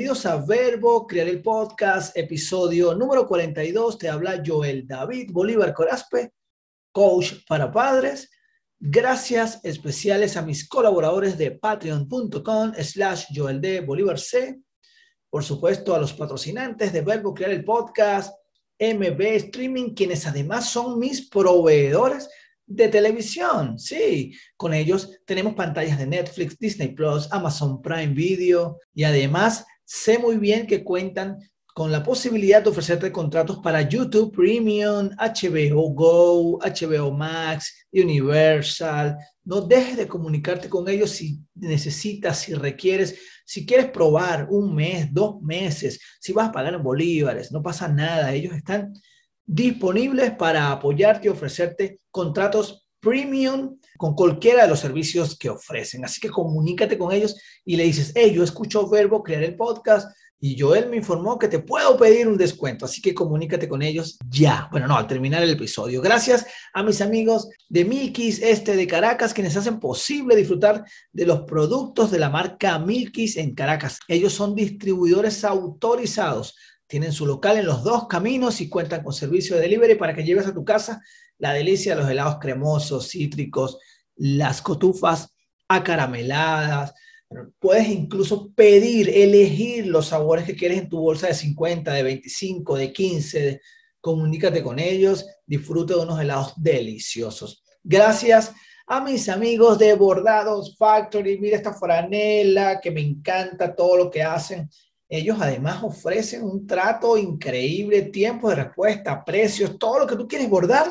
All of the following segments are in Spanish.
bienvenidos a Verbo Crear el Podcast, episodio número 42. Te habla Joel David Bolívar Corazpe, coach para padres. Gracias especiales a mis colaboradores de patreon.com/Joel D. Bolívar C. Por supuesto, a los patrocinantes de Verbo Crear el Podcast, MB Streaming, quienes además son mis proveedores de televisión. Sí, con ellos tenemos pantallas de Netflix, Disney Plus, Amazon Prime Video y además sé muy bien que cuentan con la posibilidad de ofrecerte contratos para YouTube Premium, HBO Go, HBO Max, Universal. No dejes de comunicarte con ellos si necesitas, si requieres, si quieres probar un mes, 2 meses, si vas a pagar en bolívares, no pasa nada. Ellos están disponibles para apoyarte y ofrecerte contratos premium con cualquiera de los servicios que ofrecen. Así que comunícate con ellos y le dices, hey, yo escucho Verbo Crear el Podcast y Joel me informó que te puedo pedir un descuento. Así que comunícate con ellos ya. Bueno, no, al terminar el episodio. Gracias a mis amigos de Milky's de Caracas, quienes hacen posible disfrutar de los productos de la marca Milky's en Caracas. Ellos son distribuidores autorizados. Tienen su local en los 2 caminos y cuentan con servicio de delivery para que lleves a tu casa la delicia de los helados cremosos, cítricos, las cotufas acarameladas. Puedes incluso pedir, elegir los sabores que quieres en tu bolsa de 50, de 25, de 15. Comunícate con ellos, disfruta de unos helados deliciosos. Gracias a mis amigos de Bordados Factory. Mira esta franela que me encanta todo lo que hacen. Ellos además ofrecen un trato increíble, tiempo de respuesta, precios, todo lo que tú quieres bordar.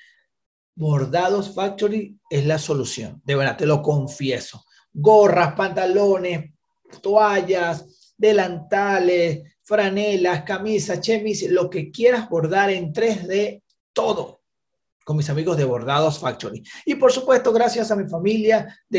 Bordados Factory es la solución, de verdad, te lo confieso. Gorras, pantalones, toallas, delantales, franelas, camisas, chemis, lo que quieras bordar en 3D, todo con mis amigos de Bordados Factory. Y por supuesto, gracias a mi familia de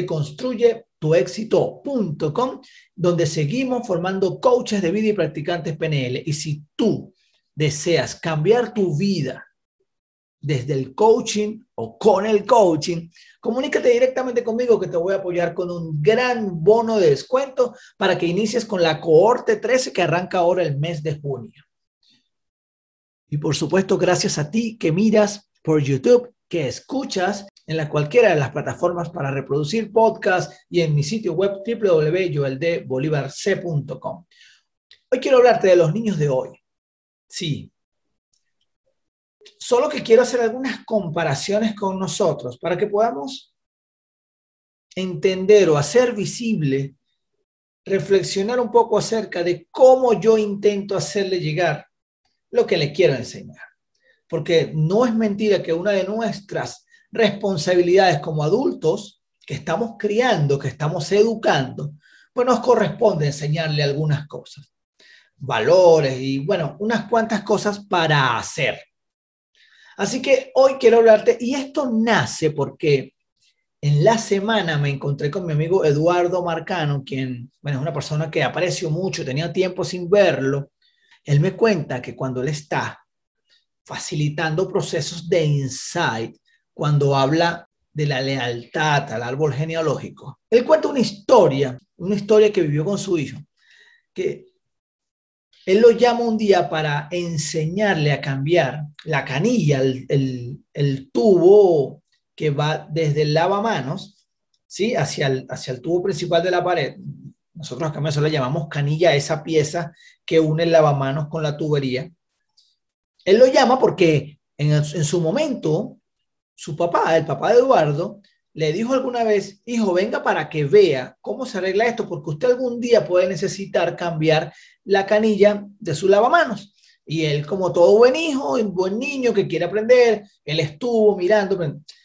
construyetuexito.com, donde seguimos formando coaches de vida y practicantes PNL. Y si tú deseas cambiar tu vida desde el coaching o con el coaching, comunícate directamente conmigo que te voy a apoyar con un gran bono de descuento para que inicies con la cohorte 13 que arranca ahora el mes de junio. Y por supuesto, gracias a ti que miras por YouTube, que escuchas en cualquiera de las plataformas para reproducir podcast y en mi sitio web www.joeldbolivarc.com. Hoy quiero hablarte de los niños de hoy. Sí. Solo que quiero hacer algunas comparaciones con nosotros para que podamos entender o hacer visible, reflexionar un poco acerca de cómo yo intento hacerle llegar lo que le quiero enseñar. Porque no es mentira que una de nuestras responsabilidades como adultos que estamos criando, que estamos educando, pues nos corresponde enseñarle algunas cosas, valores y bueno, unas cuantas cosas para hacer. Así que hoy quiero hablarte, y esto nace porque en la semana me encontré con mi amigo Eduardo Marcano, quien, bueno, es una persona que aprecio mucho, tenía tiempo sin verlo. Él me cuenta que cuando él está facilitando procesos de insight, cuando habla de la lealtad al árbol genealógico, él cuenta una historia que vivió con su hijo, que él lo llama un día para enseñarle a cambiar la canilla, el tubo que va desde el lavamanos, ¿sí? hacia el tubo principal de la pared. Nosotros acá en Venezuela le llamamos canilla a esa pieza que une el lavamanos con la tubería. Él lo llama porque en su momento, su papá, el papá de Eduardo, le dijo alguna vez, hijo, venga para que vea cómo se arregla esto, porque usted algún día puede necesitar cambiar la canilla de su lavamanos. Y él, como todo buen hijo, un buen niño que quiere aprender, él estuvo mirando.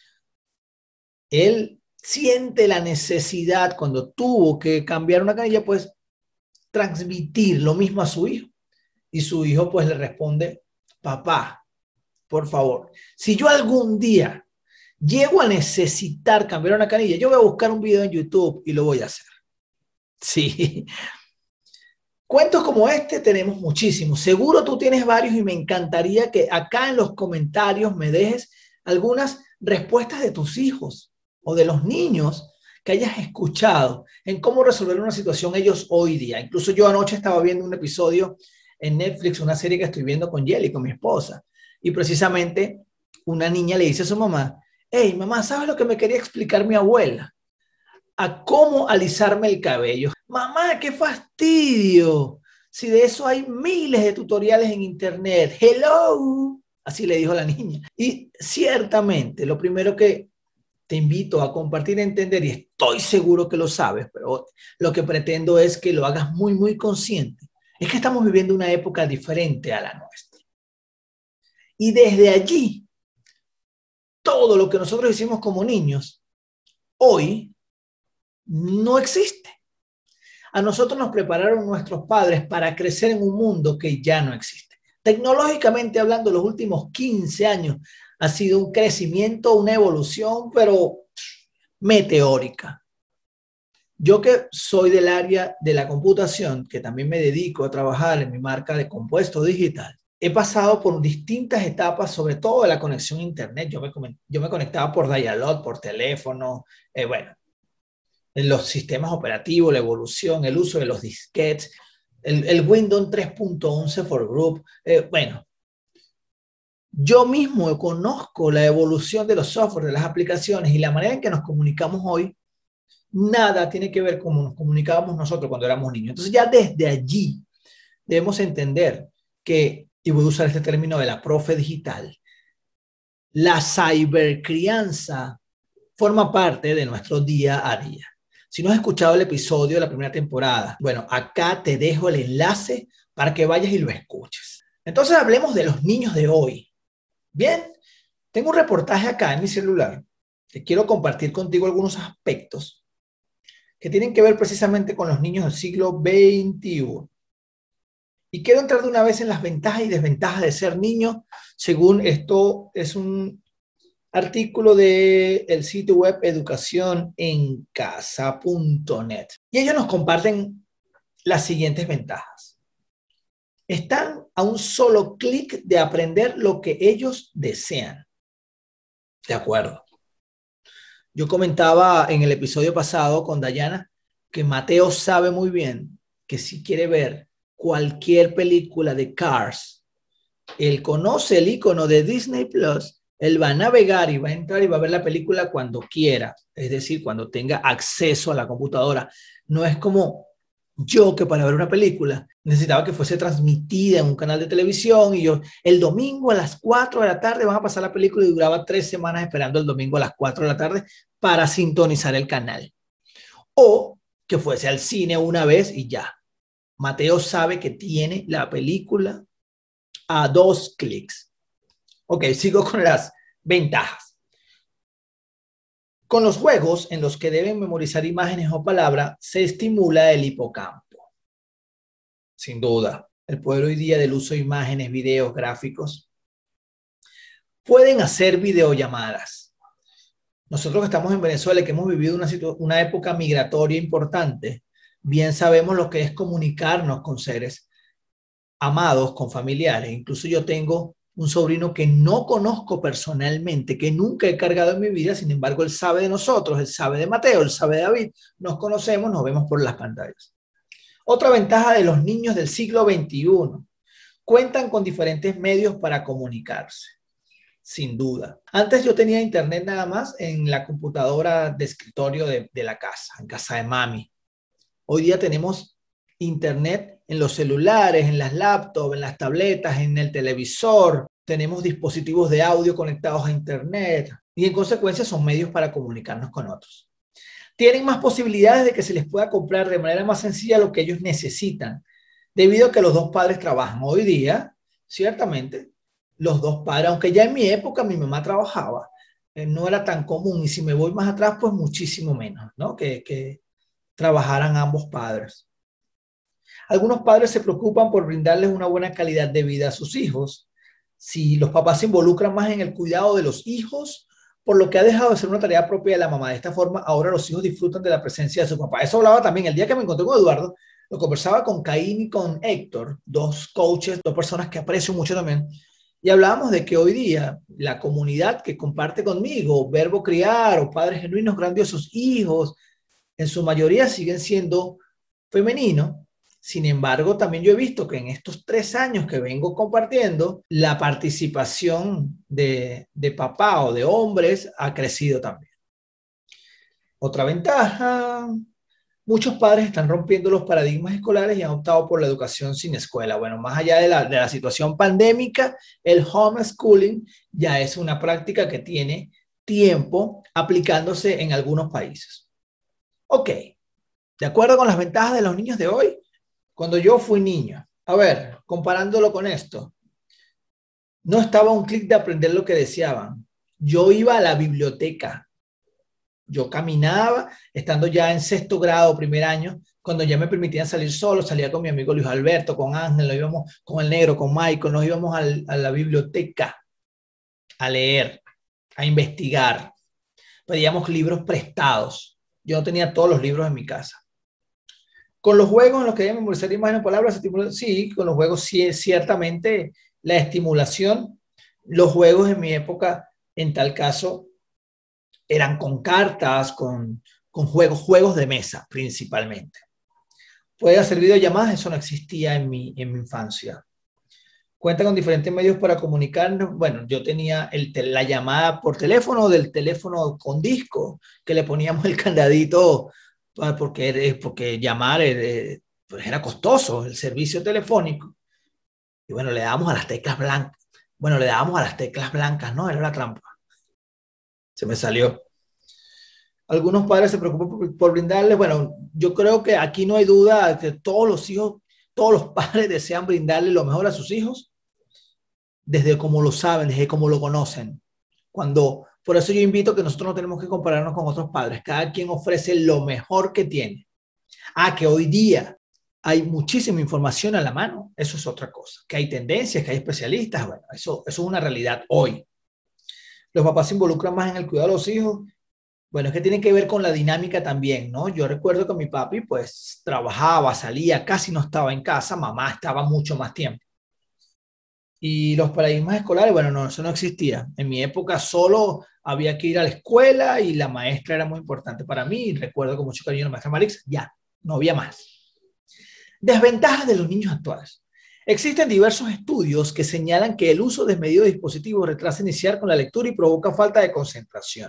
Él siente la necesidad, cuando tuvo que cambiar una canilla, pues transmitir lo mismo a su hijo. Y su hijo pues le responde, papá, por favor, si yo algún día llego a necesitar cambiar una canilla, yo voy a buscar un video en YouTube y lo voy a hacer. Sí. Cuentos como este tenemos muchísimos. Seguro tú tienes varios y me encantaría que acá en los comentarios me dejes algunas respuestas de tus hijos o de los niños que hayas escuchado en cómo resolver una situación ellos hoy día. Incluso yo anoche estaba viendo un episodio en Netflix, una serie que estoy viendo con Jelly, con mi esposa, y precisamente una niña le dice a su mamá, hey, mamá, ¿sabes lo que me quería explicar mi abuela? A cómo alisarme el cabello. Mamá, qué fastidio. Si de eso hay miles de tutoriales en internet. Hello. Así le dijo la niña. Y ciertamente, lo primero que te invito a compartir y entender, y estoy seguro que lo sabes, pero lo que pretendo es que lo hagas muy, muy consciente, es que estamos viviendo una época diferente a la nuestra. Y desde allí, todo lo que nosotros hicimos como niños, hoy no existe. A nosotros nos prepararon nuestros padres para crecer en un mundo que ya no existe. Tecnológicamente hablando, los últimos 15 años ha sido un crecimiento, una evolución, pero meteórica. Yo que soy del área de la computación, que también me dedico a trabajar en mi marca de compuesto digital, he pasado por distintas etapas, sobre todo de la conexión a internet. Yo me conectaba por dial-up, por teléfono, bueno, en los sistemas operativos, la evolución, el uso de los disquetes, el Windows 3.11 for Group. Bueno, yo mismo conozco la evolución de los software, de las aplicaciones y la manera en que nos comunicamos hoy. Nada tiene que ver con cómo nos comunicábamos nosotros cuando éramos niños. Entonces ya desde allí debemos entender que, y voy a usar este término de la profe digital, la cibercrianza forma parte de nuestro día a día. Si no has escuchado el episodio de la primera temporada, bueno, acá te dejo el enlace para que vayas y lo escuches. Entonces hablemos de los niños de hoy. Bien, tengo un reportaje acá en mi celular que quiero compartir contigo algunos aspectos que tienen que ver precisamente con los niños del siglo XXI. Y quiero entrar de una vez en las ventajas y desventajas de ser niño, según esto es un artículo del sitio web educacionencasa.net. Y ellos nos comparten las siguientes ventajas. Están a un solo clic de aprender lo que ellos desean. De acuerdo. Yo comentaba en el episodio pasado con Dayana que Mateo sabe muy bien que si quiere ver cualquier película de Cars, él conoce el icono de Disney Plus. Él va a navegar y va a entrar y va a ver la película cuando quiera, es decir, cuando tenga acceso a la computadora. No es como yo que para ver una película necesitaba que fuese transmitida en un canal de televisión y yo el domingo a las 4 de la tarde van a pasar la película y duraba 3 semanas esperando el domingo a las 4 de la tarde para sintonizar el canal. O que fuese al cine una vez y ya. Mateo sabe que tiene la película a 2 clics. Ok, sigo con las ventajas. Con los juegos en los que deben memorizar imágenes o palabras, se estimula el hipocampo. Sin duda, el poder hoy día del uso de imágenes, videos, gráficos. Pueden hacer videollamadas. Nosotros que estamos en Venezuela y que hemos vivido una época migratoria importante, bien sabemos lo que es comunicarnos con seres amados, con familiares. Incluso yo tengo un sobrino que no conozco personalmente, que nunca he cargado en mi vida, sin embargo, él sabe de nosotros, él sabe de Mateo, él sabe de David, nos conocemos, nos vemos por las pantallas. Otra ventaja de los niños del siglo XXI, cuentan con diferentes medios para comunicarse, sin duda. Antes yo tenía internet nada más en la computadora de escritorio de la casa, en casa de mami. Hoy día tenemos internet en los celulares, en las laptops, en las tabletas, en el televisor. Tenemos dispositivos de audio conectados a internet y en consecuencia son medios para comunicarnos con otros. Tienen más posibilidades de que se les pueda comprar de manera más sencilla lo que ellos necesitan, debido a que los dos padres trabajan. Hoy día, ciertamente, los dos padres, aunque ya en mi época mi mamá trabajaba, no era tan común y si me voy más atrás, pues muchísimo menos, ¿no? Que trabajaran ambos padres. Algunos padres se preocupan por brindarles una buena calidad de vida a sus hijos. Si los papás se involucran más en el cuidado de los hijos, por lo que ha dejado de ser una tarea propia de la mamá. De esta forma, ahora los hijos disfrutan de la presencia de su papá. Eso hablaba también el día que me encontré con Eduardo. Lo conversaba con Caín y con Héctor, dos coaches, dos personas que aprecio mucho también. Y hablábamos de que hoy día la comunidad que comparte conmigo, Verbo Criar o Padres Genuinos Grandiosos Hijos, en su mayoría siguen siendo femeninos. Sin embargo, también yo he visto que en estos 3 años que vengo compartiendo, la participación de papá o de hombres ha crecido también. Otra ventaja, muchos padres están rompiendo los paradigmas escolares y han optado por la educación sin escuela. Bueno, más allá de la situación pandémica, el homeschooling ya es una práctica que tiene tiempo aplicándose en algunos países. Ok, de acuerdo con las ventajas de los niños de hoy, cuando yo fui niño, a ver, comparándolo con esto, no estaba a un clic de aprender lo que deseaban. Yo iba a la biblioteca. Yo caminaba, estando ya en sexto grado, primer año, cuando ya me permitían salir solo, salía con mi amigo Luis Alberto, con Ángel, nos íbamos con el negro, con Michael, nos íbamos a la biblioteca a leer, a investigar. Pedíamos libros prestados. Yo no tenía todos los libros en mi casa. Con los juegos en los que hay que memorizar imágenes o palabras, sí, con los juegos sí, ciertamente la estimulación. Los juegos en mi época, en tal caso, eran con cartas, con juegos de mesa principalmente. Puede hacer videollamadas, eso no existía en mi infancia. Cuenta con diferentes medios para comunicarnos. Bueno, yo tenía la llamada por teléfono, del teléfono con disco, que le poníamos el candadito porque llamar pues era costoso, el servicio telefónico. Y bueno, le dábamos a las teclas blancas. Bueno, le dábamos a las teclas blancas, ¿no? Era la trampa. Se me salió. Algunos padres se preocupan por brindarles, bueno, yo creo que aquí no hay duda que todos los hijos, todos los padres desean brindarle lo mejor a sus hijos, desde cómo lo saben, desde cómo lo conocen. Por eso yo invito que nosotros no tenemos que compararnos con otros padres, cada quien ofrece lo mejor que tiene. Que hoy día hay muchísima información a la mano, eso es otra cosa, que hay tendencias, que hay especialistas, bueno, eso es una realidad hoy. Los papás se involucran más en el cuidado de los hijos. Bueno, es que tiene que ver con la dinámica también, ¿no? Yo recuerdo que mi papi pues trabajaba, salía, casi no estaba en casa, mamá estaba mucho más tiempo. Y los paradigmas escolares, bueno, no, eso no existía. En mi época solo había que ir a la escuela y la maestra era muy importante para mí. Y recuerdo con mucho cariño a la maestra Marix, ya, no había más. Desventajas de los niños actuales. Existen diversos estudios que señalan que el uso desmedido de dispositivos retrasa iniciar con la lectura y provoca falta de concentración.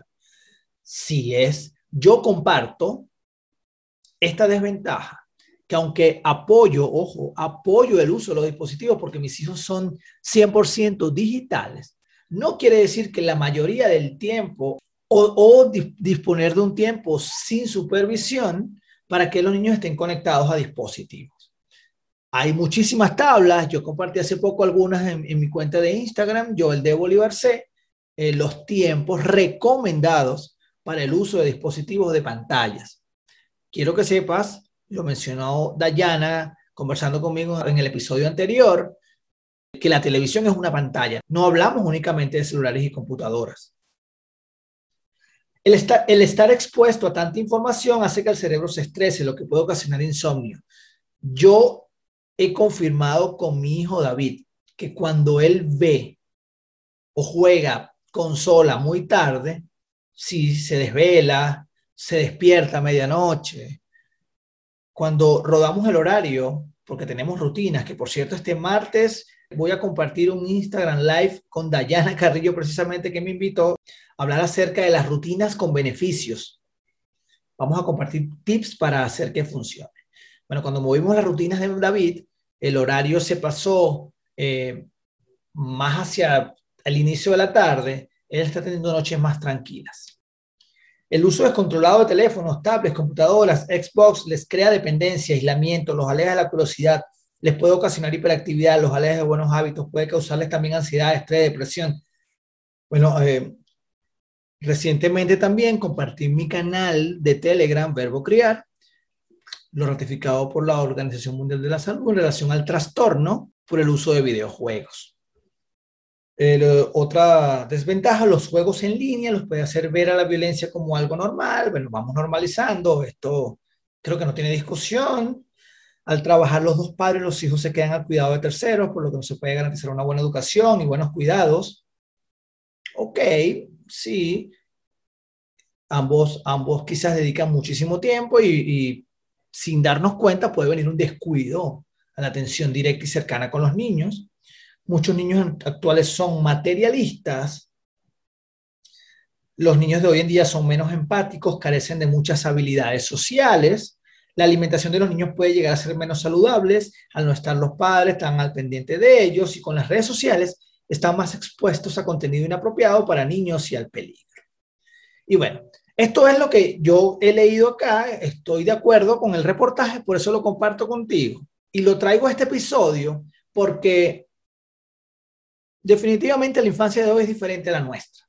Yo comparto esta desventaja, que aunque apoyo el uso de los dispositivos porque mis hijos son 100% digitales, no quiere decir que la mayoría del tiempo disponer de un tiempo sin supervisión para que los niños estén conectados a dispositivos. Hay muchísimas tablas, yo compartí hace poco algunas en mi cuenta de Instagram, Joel de Bolívar C, los tiempos recomendados para el uso de dispositivos de pantallas. Quiero que sepas, lo mencionó Dayana conversando conmigo en el episodio anterior, que la televisión es una pantalla. No hablamos únicamente de celulares y computadoras. El estar expuesto a tanta información hace que el cerebro se estrese, lo que puede ocasionar insomnio. Yo he confirmado con mi hijo David que cuando él ve o juega consola muy tarde, si se desvela, se despierta a medianoche. Cuando rodamos el horario, porque tenemos rutinas, que por cierto este martes voy a compartir un Instagram Live con Dayana Carrillo precisamente que me invitó a hablar acerca de las rutinas con beneficios. Vamos a compartir tips para hacer que funcione. Bueno, cuando movimos las rutinas de David, el horario se pasó más hacia el inicio de la tarde, él está teniendo noches más tranquilas. El uso descontrolado de teléfonos, tablets, computadoras, Xbox les crea dependencia, aislamiento, los aleja de la curiosidad, les puede ocasionar hiperactividad, los aleja de buenos hábitos, puede causarles también ansiedad, estrés, depresión. Bueno, recientemente también compartí mi canal de Telegram, Verbo Criar, lo ratificado por la Organización Mundial de la Salud en relación al trastorno por el uso de videojuegos. Otra desventaja, los juegos en línea los puede hacer ver a la violencia como algo normal. Bueno, vamos normalizando, esto creo que no tiene discusión. Al trabajar los dos padres, los hijos se quedan al cuidado de terceros, por lo que no se puede garantizar una buena educación y buenos cuidados. Ok, sí. Ambos quizás dedican muchísimo tiempo y sin darnos cuenta puede venir un descuido a la atención directa y cercana con los niños. Muchos niños actuales son materialistas. Los niños de hoy en día son menos empáticos, carecen de muchas habilidades sociales. La alimentación de los niños puede llegar a ser menos saludables al no estar los padres tan al pendiente de ellos, y con las redes sociales están más expuestos a contenido inapropiado para niños y al peligro. Y bueno, esto es lo que yo he leído acá, estoy de acuerdo con el reportaje, por eso lo comparto contigo. Y lo traigo a este episodio porque definitivamente la infancia de hoy es diferente a la nuestra.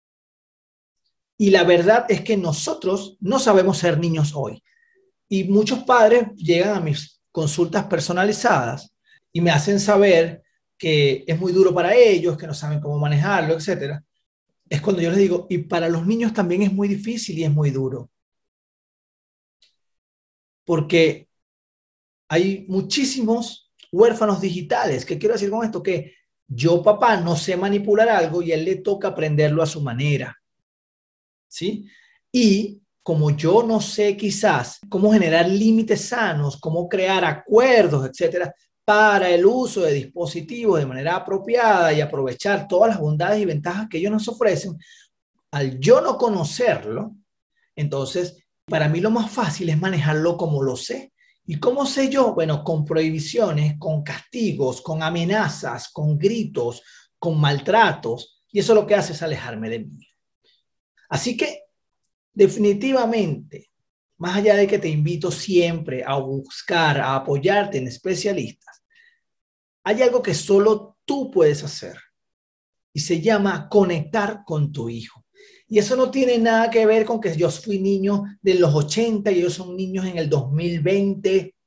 Y la verdad es que nosotros no sabemos ser niños hoy. Y muchos padres llegan a mis consultas personalizadas y me hacen saber que es muy duro para ellos, que no saben cómo manejarlo, etcétera. Es cuando yo les digo, y para los niños también es muy difícil y es muy duro. Porque hay muchísimos huérfanos digitales. ¿Qué quiero decir con esto? Que yo, papá, no sé manipular algo y a él le toca aprenderlo a su manera. ¿Sí? Y como yo no sé quizás cómo generar límites sanos, cómo crear acuerdos, etcétera, para el uso de dispositivos de manera apropiada y aprovechar todas las bondades y ventajas que ellos nos ofrecen, al yo no conocerlo, entonces para mí lo más fácil es manejarlo como lo sé. ¿Y cómo sé yo? Bueno, con prohibiciones, con castigos, con amenazas, con gritos, con maltratos, y eso lo que hace es alejarme de mí. Así que definitivamente, más allá de que te invito siempre a buscar, a apoyarte en especialistas, hay algo que solo tú puedes hacer y se llama conectar con tu hijo. Y eso no tiene nada que ver con que yo fui niño de los 80 y ellos son niños en el 2020.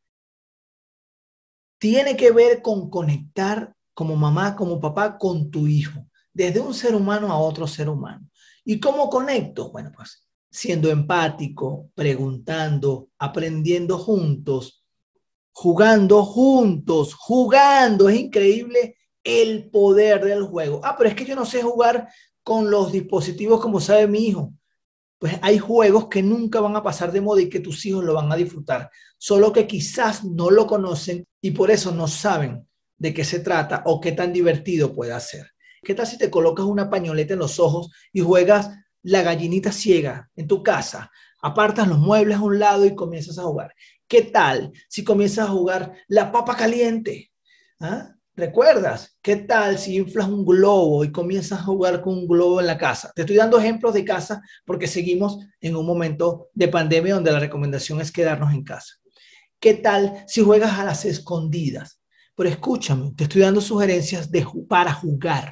Tiene que ver con conectar como mamá, como papá, con tu hijo, desde un ser humano a otro ser humano. ¿Y cómo conecto? Bueno, pues siendo empático, preguntando, aprendiendo juntos, jugando juntos, jugando. Es increíble el poder del juego. Ah, pero es que yo no sé jugar con los dispositivos como sabe mi hijo. Pues hay juegos que nunca van a pasar de moda y que tus hijos lo van a disfrutar, solo que quizás no lo conocen y por eso no saben de qué se trata o qué tan divertido puede ser. ¿Qué tal si te colocas una pañoleta en los ojos y juegas la gallinita ciega en tu casa? Apartas los muebles a un lado y comienzas a jugar. ¿Qué tal si comienzas a jugar la papa caliente? ¿Ah? ¿Recuerdas? ¿Qué tal si inflas un globo y comienzas a jugar con un globo en la casa? Te estoy dando ejemplos de casa porque seguimos en un momento de pandemia donde la recomendación es quedarnos en casa. ¿Qué tal si juegas a las escondidas? Pero escúchame, te estoy dando sugerencias para jugar.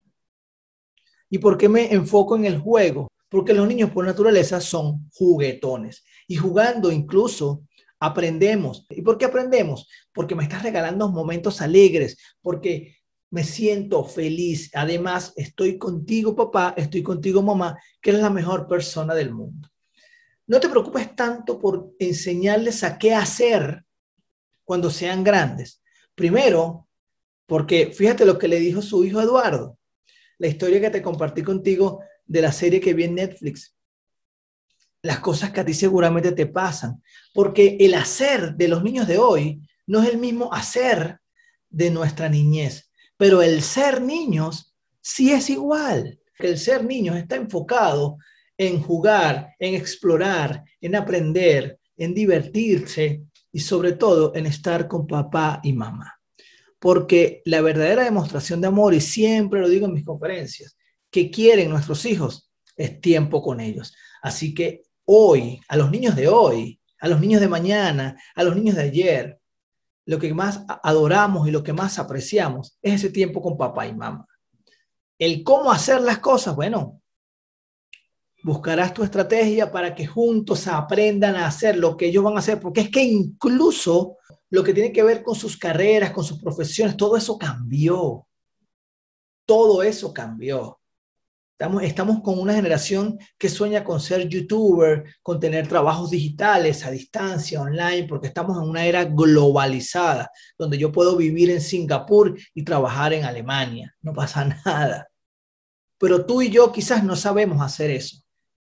¿Y por qué me enfoco en el juego? Porque los niños por naturaleza son juguetones y jugando incluso aprendemos. ¿Y por qué aprendemos? Porque me estás regalando momentos alegres, porque me siento feliz. Además, estoy contigo, papá, estoy contigo, mamá, que eres la mejor persona del mundo. No te preocupes tanto por enseñarles a qué hacer cuando sean grandes. Primero, porque fíjate lo que le dijo su hijo Eduardo, la historia que te compartí contigo de la serie que vi en Netflix. Las cosas que a ti seguramente te pasan, porque el hacer de los niños de hoy no es el mismo hacer de nuestra niñez, pero el ser niños sí es igual. El ser niños está enfocado en jugar, en explorar, en aprender, en divertirse y sobre todo en estar con papá y mamá. Porque la verdadera demostración de amor, y siempre lo digo en mis conferencias, que quieren nuestros hijos, es tiempo con ellos. Así que hoy, a los niños de hoy, a los niños de mañana, a los niños de ayer, lo que más adoramos y lo que más apreciamos es ese tiempo con papá y mamá. El cómo hacer las cosas, bueno, buscarás tu estrategia para que juntos aprendan a hacer lo que ellos van a hacer, porque es que incluso lo que tiene que ver con sus carreras, con sus profesiones, todo eso cambió. Todo eso cambió. Estamos con una generación que sueña con ser youtuber, con tener trabajos digitales a distancia, online, porque estamos en una era globalizada, donde yo puedo vivir en Singapur y trabajar en Alemania. No pasa nada. Pero tú y yo quizás no sabemos hacer eso.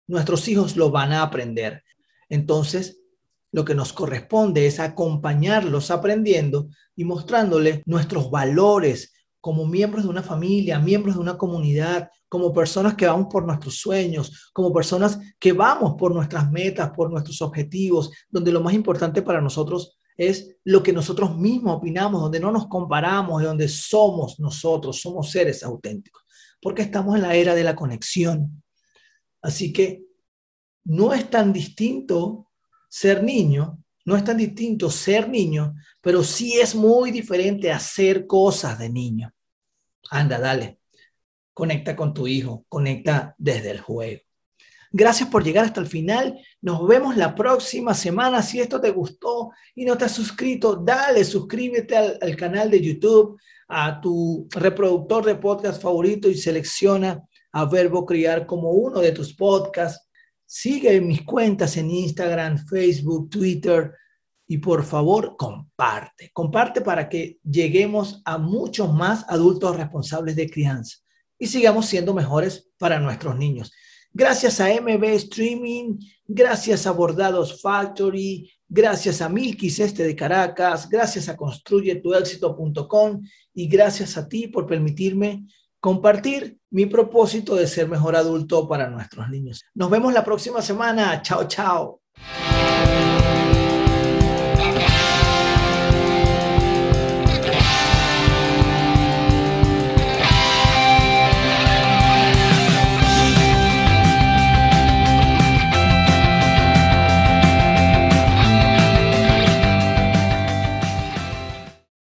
nuestros hijos lo van a aprender. Entonces, lo que nos corresponde es acompañarlos aprendiendo y mostrándoles nuestros valores como miembros de una familia, miembros de una comunidad, como personas que vamos por nuestros sueños, como personas que vamos por nuestras metas, por nuestros objetivos, donde lo más importante para nosotros es lo que nosotros mismos opinamos, donde no nos comparamos, de donde somos nosotros, somos seres auténticos, porque estamos en la era de la conexión. Así que no es tan distinto ser niño, no es tan distinto ser niño, pero sí es muy diferente hacer cosas de niño. Anda, dale, conecta con tu hijo, conecta desde el juego. Gracias por llegar hasta el final. Nos vemos la próxima semana. Si esto te gustó y no te has suscrito, dale, suscríbete al canal de YouTube, a tu reproductor de podcast favorito y selecciona a Verbo Criar como uno de tus podcasts. Sigue mis cuentas en Instagram, Facebook, Twitter y por favor comparte. Comparte para que lleguemos a muchos más adultos responsables de crianza y sigamos siendo mejores para nuestros niños. Gracias a MB Streaming, gracias a Bordados Factory, gracias a Milkis de Caracas, gracias a construyetuexito.com y gracias a ti por permitirme compartir mi propósito de ser mejor adulto para nuestros niños. Nos vemos la próxima semana. Chao, chao.